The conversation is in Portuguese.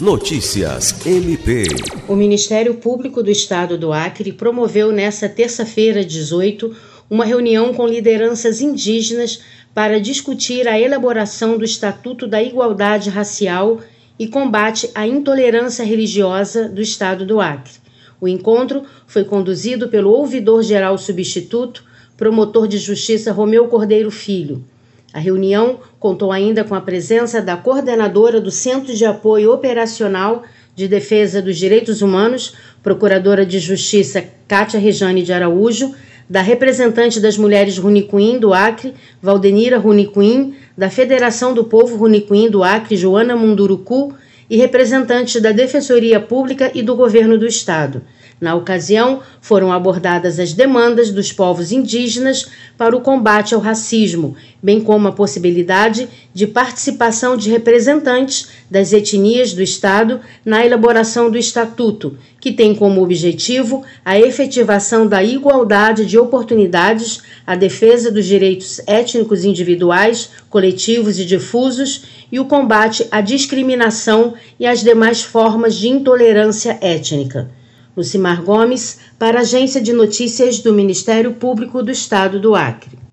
Notícias MP. O Ministério Público do Estado do Acre promoveu nesta terça-feira, 18, uma reunião com lideranças indígenas para discutir a elaboração do Estatuto da Igualdade Racial e combate à intolerância religiosa do Estado do Acre. O encontro foi conduzido pelo ouvidor-geral substituto, promotor de justiça Romeu Cordeiro Filho. A reunião contou ainda com a presença da coordenadora do Centro de Apoio Operacional de Defesa dos Direitos Humanos, procuradora de Justiça Cátia Rejane de Araújo, da representante das mulheres Runicuim do Acre, Valdenira Runicuim, da Federação do Povo Runicuim do Acre, Joana Munduruku, e representantes da Defensoria Pública e do Governo do Estado. Na ocasião, foram abordadas as demandas dos povos indígenas para o combate ao racismo, bem como a possibilidade de participação de representantes das etnias do Estado na elaboração do Estatuto, que tem como objetivo a efetivação da igualdade de oportunidades, a defesa dos direitos étnicos individuais, coletivos e difusos e o combate à discriminação e às demais formas de intolerância étnica. Lucimar Gomes, para a Agência de Notícias do Ministério Público do Estado do Acre.